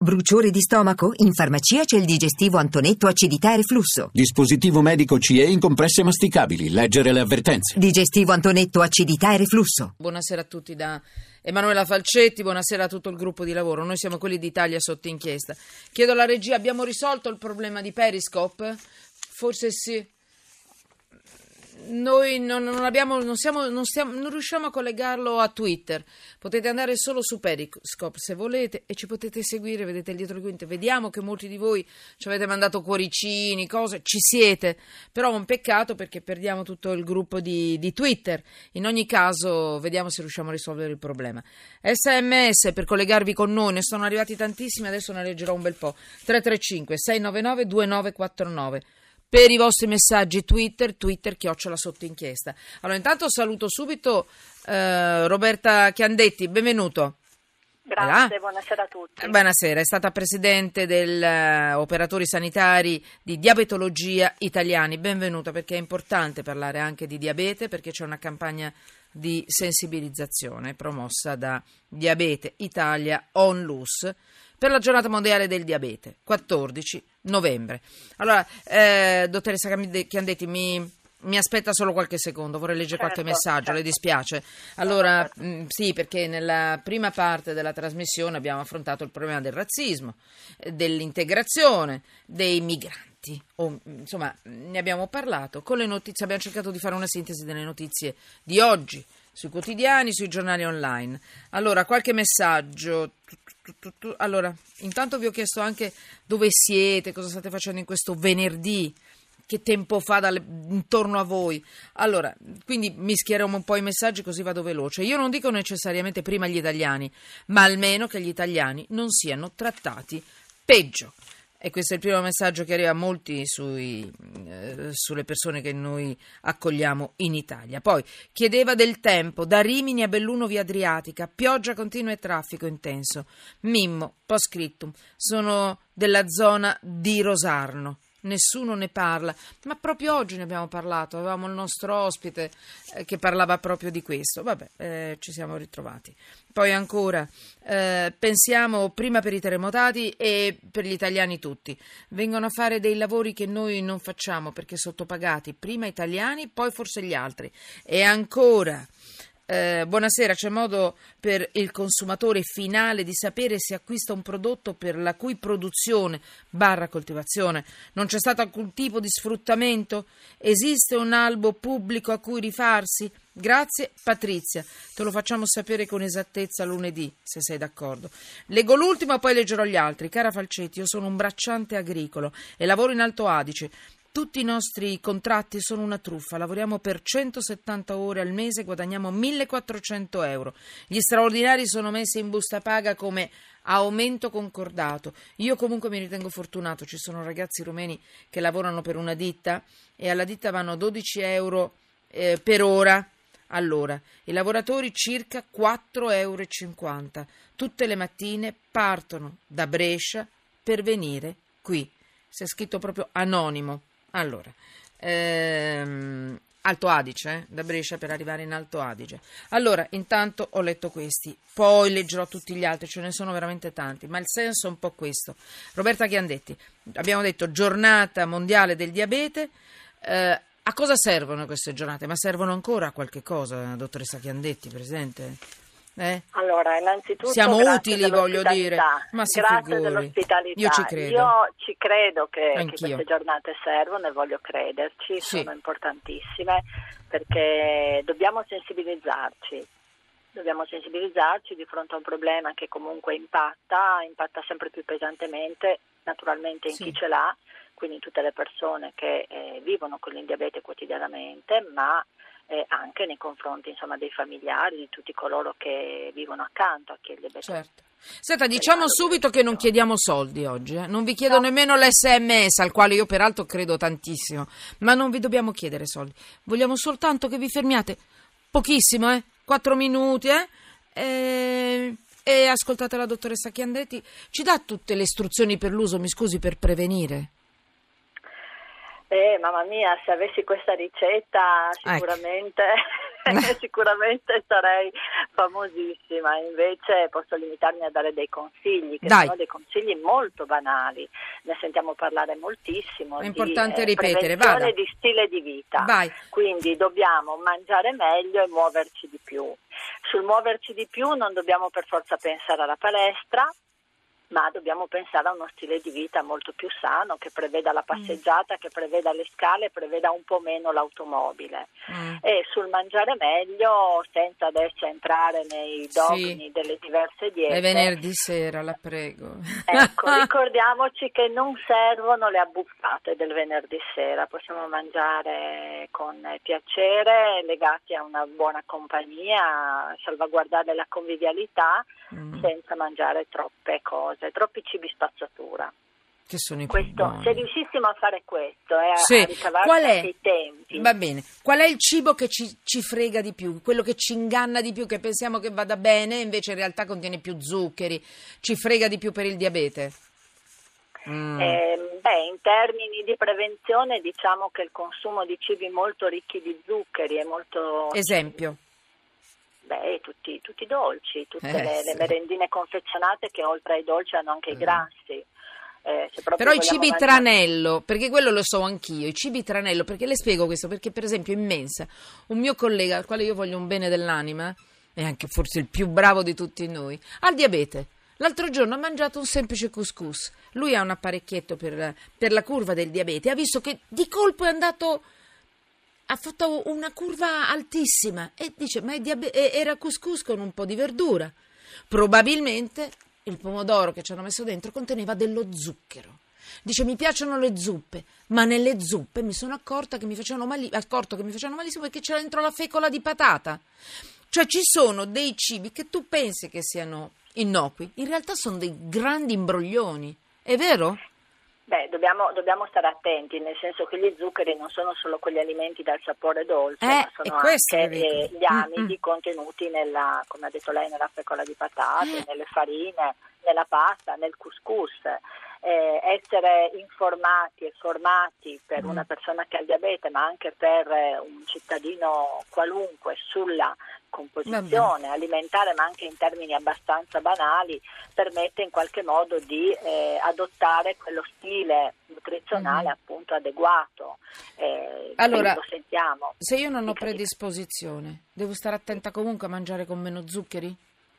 Bruciore di stomaco? In farmacia c'è il digestivo Antonetto acidità e reflusso. Dispositivo medico CE in compresse masticabili. Leggere le avvertenze. Digestivo Antonetto acidità e reflusso. Buonasera a tutti da Emanuela Falcetti, buonasera a tutto il gruppo di lavoro. Noi siamo quelli d'Italia sotto inchiesta. Chiedo alla regia, abbiamo risolto il problema di Periscope? Forse sì. Noi non riusciamo a collegarlo a Twitter. Potete andare solo su Periscope se volete e ci potete seguire, vedete dietro le quinte. Vediamo che molti di voi ci avete mandato cuoricini, cose, ci siete, però è un peccato perché perdiamo tutto il gruppo di Twitter. In ogni caso vediamo se riusciamo a risolvere il problema. SMS per collegarvi con noi, ne sono arrivati tantissimi, adesso ne leggerò un bel po'. 335 699 2949. Per i vostri messaggi Twitter @ sotto inchiesta. Allora, intanto saluto subito Roberta Chiandetti, benvenuto. Grazie, buonasera a tutti. Buonasera, è stata presidente degli operatori sanitari di diabetologia italiani. Benvenuta, perché è importante parlare anche di diabete, perché c'è una campagna di sensibilizzazione promossa da Diabete Italia Onlus per la giornata mondiale del diabete, 14 novembre. Allora, dottoressa Chiandetti, mi aspetta solo qualche secondo, vorrei leggere qualche messaggio, le dispiace? Allora, sì, perché nella prima parte della trasmissione abbiamo affrontato il problema del razzismo, dell'integrazione, dei migranti, insomma, ne abbiamo parlato. Con le notizie abbiamo cercato di fare una sintesi delle notizie di oggi, sui quotidiani, sui giornali online. Allora, qualche messaggio. Allora, intanto vi ho chiesto anche dove siete, cosa state facendo in questo venerdì, che tempo fa intorno a voi. Allora, quindi mischieriamo un po' i messaggi così vado veloce. Io non dico necessariamente prima gli italiani, ma almeno che gli italiani non siano trattati peggio. E questo è il primo messaggio che arriva a molti sulle persone che noi accogliamo in Italia. Poi chiedeva del tempo, da Rimini a Belluno via Adriatica, pioggia continua e traffico intenso. Mimmo, post scriptum, sono della zona di Rosarno. Nessuno ne parla, ma proprio oggi ne abbiamo parlato, avevamo il nostro ospite che parlava proprio di questo. Vabbè, ci siamo ritrovati. Poi ancora, pensiamo prima per i terremotati e per gli italiani tutti. Vengono a fare dei lavori che noi non facciamo perché sottopagati, prima italiani, poi forse gli altri. E ancora... buonasera, c'è modo per il consumatore finale di sapere se acquista un prodotto per la cui produzione / coltivazione non c'è stato alcun tipo di sfruttamento? Esiste un albo pubblico a cui rifarsi? Grazie Patrizia, te lo facciamo sapere con esattezza lunedì, se sei d'accordo. Leggo l'ultimo e poi leggerò gli altri. Cara Falcetti, io sono un bracciante agricolo e lavoro in Alto Adige. Tutti i nostri contratti sono una truffa, lavoriamo per 170 ore al mese e guadagniamo 1.400 euro. Gli straordinari sono messi in busta paga come aumento concordato. Io comunque mi ritengo fortunato, ci sono ragazzi rumeni che lavorano per una ditta e alla ditta vanno 12 euro per ora. Allora, i lavoratori circa 4,50 euro. Tutte le mattine partono da Brescia per venire qui. Si è scritto proprio anonimo. Allora, Alto Adige, da Brescia per arrivare in Alto Adige. Allora, intanto ho letto questi, poi leggerò tutti gli altri, ce ne sono veramente tanti, ma il senso è un po' questo. Roberta Chiandetti, abbiamo detto giornata mondiale del diabete. A cosa servono queste giornate? Ma servono ancora a qualche cosa, dottoressa Chiandetti, presente? Allora, innanzitutto siamo utili, voglio dire, ma si grazie figuri. dell'ospitalità. Io ci credo. Io ci credo che Anch'io. queste giornate servono e voglio crederci, Sì. Sono importantissime perché dobbiamo sensibilizzarci di fronte a un problema che comunque impatta sempre più pesantemente, naturalmente in chi ce l'ha, quindi in tutte le persone che vivono con il diabete quotidianamente, ma anche nei confronti insomma dei familiari, di tutti coloro che vivono accanto a chi è il diabete. Certo. Senta, diciamo subito che non chiediamo soldi oggi, non vi chiedo nemmeno l'SMS, al quale io peraltro credo tantissimo, ma non vi dobbiamo chiedere soldi, vogliamo soltanto che vi fermiate pochissimo, 4 minuti, e ascoltate la dottoressa Chiandetti, ci dà tutte le istruzioni per l'uso, mi scusi, per prevenire? Mamma mia, se avessi questa ricetta sicuramente sicuramente sarei famosissima, invece posso limitarmi a dare dei consigli, che Dai. sono dei consigli molto banali, ne sentiamo parlare moltissimo. È importante di ripetere, prevenzione vada. di stile di vita. Vai. Quindi dobbiamo mangiare meglio e muoverci di più. Sul muoverci di più non dobbiamo per forza pensare alla palestra, ma dobbiamo pensare a uno stile di vita molto più sano, che preveda la passeggiata, che preveda le scale, preveda un po' meno l'automobile. E sul mangiare meglio, senza adesso entrare nei dogmi delle diverse diete. È venerdì sera, la prego. Ecco, ricordiamoci che non servono le abbuffate del venerdì sera, possiamo mangiare con piacere, legati a una buona compagnia, salvaguardare la convivialità, senza mangiare troppe cose, troppi cibi spazzatura. Che sono i più Questo, buoni. se riuscissimo a fare questo, a Sì. ricavarci Qual è? anche i tempi. Va bene. Qual è il cibo che ci frega di più? Quello che ci inganna di più, che pensiamo che vada bene, invece in realtà contiene più zuccheri, ci frega di più per il diabete? In termini di prevenzione diciamo che il consumo di cibi molto ricchi di zuccheri è molto... Esempio. Tutti i dolci, tutte le Sì. merendine confezionate che oltre ai dolci hanno anche i grassi. Se proprio Però i vogliamo cibi mangiare- tranello, perché quello lo so anch'io, i cibi tranello, perché le spiego questo? Perché per esempio in mensa, un mio collega al quale io voglio un bene dell'anima, e anche forse il più bravo di tutti noi, ha il diabete. L'altro giorno ha mangiato un semplice couscous. Lui ha un apparecchietto per la curva del diabete, ha visto che di colpo è andato... Ha fatto una curva altissima e dice, ma era couscous con un po' di verdura. Probabilmente il pomodoro che ci hanno messo dentro conteneva dello zucchero. Dice, mi piacciono le zuppe, ma nelle zuppe mi sono accorto che mi facevano malissimo perché c'era dentro la fecola di patata. Cioè ci sono dei cibi che tu pensi che siano innocui, in realtà sono dei grandi imbroglioni. È vero? Dobbiamo stare attenti, nel senso che gli zuccheri non sono solo quegli alimenti dal sapore dolce, ma sono è questo anche che dico. gli amidi contenuti nella, come ha detto lei, nella fecola di patate, nelle farine, nella pasta, nel couscous. Essere informati e formati per una persona che ha il diabete, ma anche per un cittadino qualunque sulla composizione alimentare, ma anche in termini abbastanza banali, permette in qualche modo di adottare quello stile nutrizionale appunto adeguato. Allora, lo sentiamo. se io non ho predisposizione, devo stare attenta comunque a mangiare con meno zuccheri?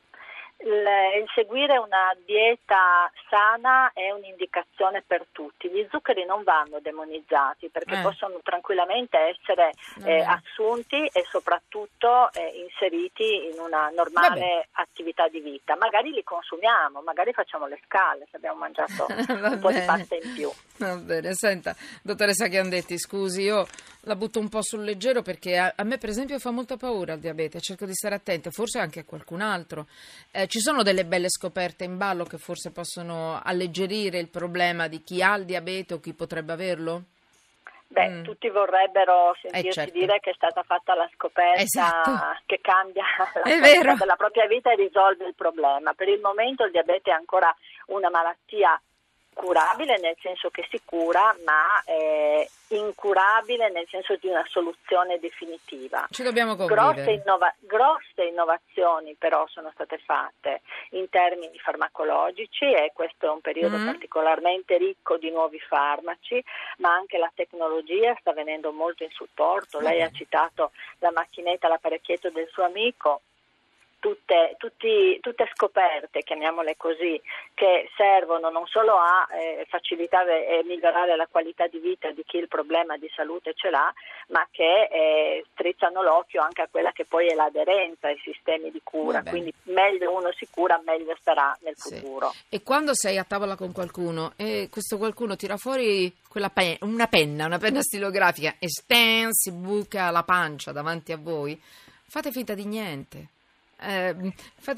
Il seguire una dieta sana è un'indicazione per tutti. Gli zuccheri non vanno demonizzati perché possono tranquillamente essere assunti e soprattutto inseriti in una normale attività di vita. Magari li consumiamo, magari facciamo le scale se abbiamo mangiato un po' di pasta in più. Va bene, senta, dottoressa Chiandetti, scusi, io la butto un po' sul leggero perché a me per esempio fa molta paura il diabete, cerco di stare attenta, forse anche a qualcun altro. Ci sono delle belle scoperte in ballo che forse possono alleggerire il problema di chi ha il diabete o chi potrebbe averlo? Tutti vorrebbero sentirsi dire che è stata fatta la scoperta che cambia la qualità della propria vita e risolve il problema. Per il momento il diabete è ancora una malattia curabile nel senso che si cura, ma incurabile nel senso di una soluzione definitiva. Ci dobbiamo convivere. Grosse innovazioni però sono state fatte in termini farmacologici e questo è un periodo particolarmente ricco di nuovi farmaci, ma anche la tecnologia sta venendo molto in supporto. Lei ha citato la macchinetta, l'apparecchietto del suo amico. Tutte scoperte, chiamiamole così, che servono non solo a facilitare e migliorare la qualità di vita di chi il problema di salute ce l'ha, ma che strizzano l'occhio anche a quella che poi è l'aderenza ai sistemi di cura. Quindi meglio uno si cura, meglio starà nel futuro. E quando sei a tavola con qualcuno e questo qualcuno tira fuori una penna stilografica e si buca la pancia davanti a voi, fate finta di niente. Non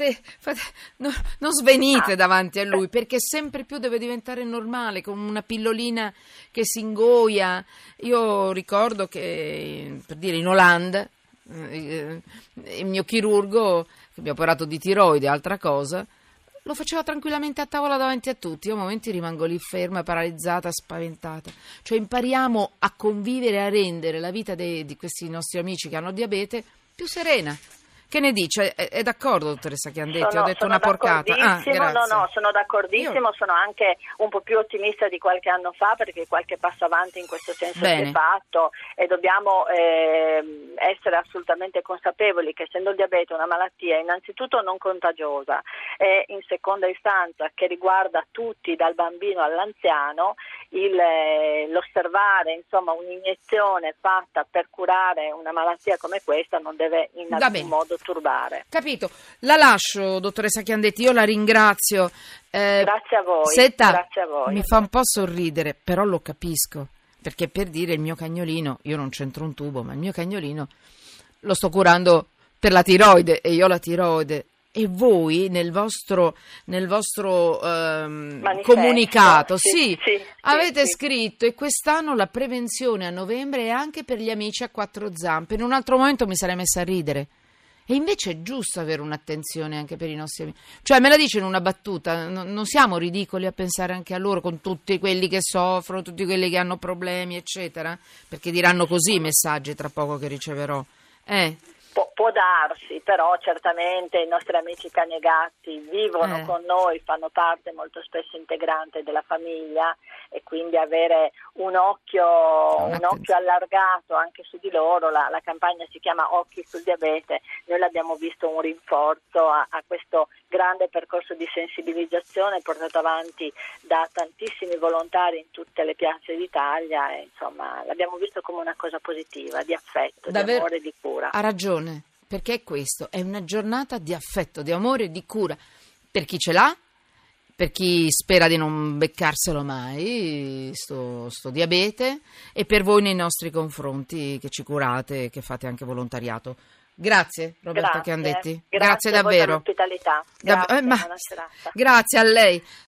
svenite davanti a lui, perché sempre più deve diventare normale, con una pillolina che si ingoia. Io ricordo che, per dire, in Olanda il mio chirurgo, che mi ha operato di tiroide, altra cosa, lo faceva tranquillamente a tavola davanti a tutti. Io a momenti rimango lì ferma, paralizzata, spaventata. Cioè impariamo a convivere, a rendere la vita di questi nostri amici che hanno diabete più serena. Che ne dice? È d'accordo, dottoressa Chiandetti? Ho detto una sono porcata. No, sono d'accordissimo, sono anche un po' più ottimista di qualche anno fa, perché qualche passo avanti in questo senso si è fatto, e dobbiamo essere assolutamente consapevoli che, essendo il diabete una malattia innanzitutto non contagiosa e in seconda istanza che riguarda tutti, dal bambino all'anziano, l'osservare un'iniezione fatta per curare una malattia come questa non deve in alcun modo turbare. Capito. La lascio, dottoressa Chiandetti, io la ringrazio. Grazie a voi. Senta, grazie a voi. Mi fa un po' sorridere, però lo capisco, perché, per dire, il mio cagnolino, io non c'entro un tubo, ma il mio cagnolino lo sto curando per la tiroide, e io ho la tiroide. E voi nel vostro comunicato avete scritto: e quest'anno la prevenzione a novembre è anche per gli amici a quattro zampe. In un altro momento mi sarei messa a ridere. E invece è giusto avere un'attenzione anche per i nostri amici. Cioè, me la dice in una battuta, non siamo ridicoli a pensare anche a loro, con tutti quelli che soffrono, tutti quelli che hanno problemi, eccetera? Perché diranno così i messaggi tra poco che riceverò. Può darsi, però certamente i nostri amici cani e gatti vivono con noi, fanno parte molto spesso integrante della famiglia, e quindi avere un occhio allargato anche su di loro. La campagna si chiama Occhi sul diabete. Noi l'abbiamo visto un rinforzo a questo grande percorso di sensibilizzazione portato avanti da tantissimi volontari in tutte le piazze d'Italia, e l'abbiamo visto come una cosa positiva, di affetto, di amore e di cura. Ha ragione. Perché è questo, è una giornata di affetto, di amore e di cura, per chi ce l'ha, per chi spera di non beccarselo mai, sto diabete, e per voi nei nostri confronti che ci curate e che fate anche volontariato. Grazie Roberta Chiandetti, grazie davvero. Per l'ospitalità. Grazie, buona serata. Grazie a lei.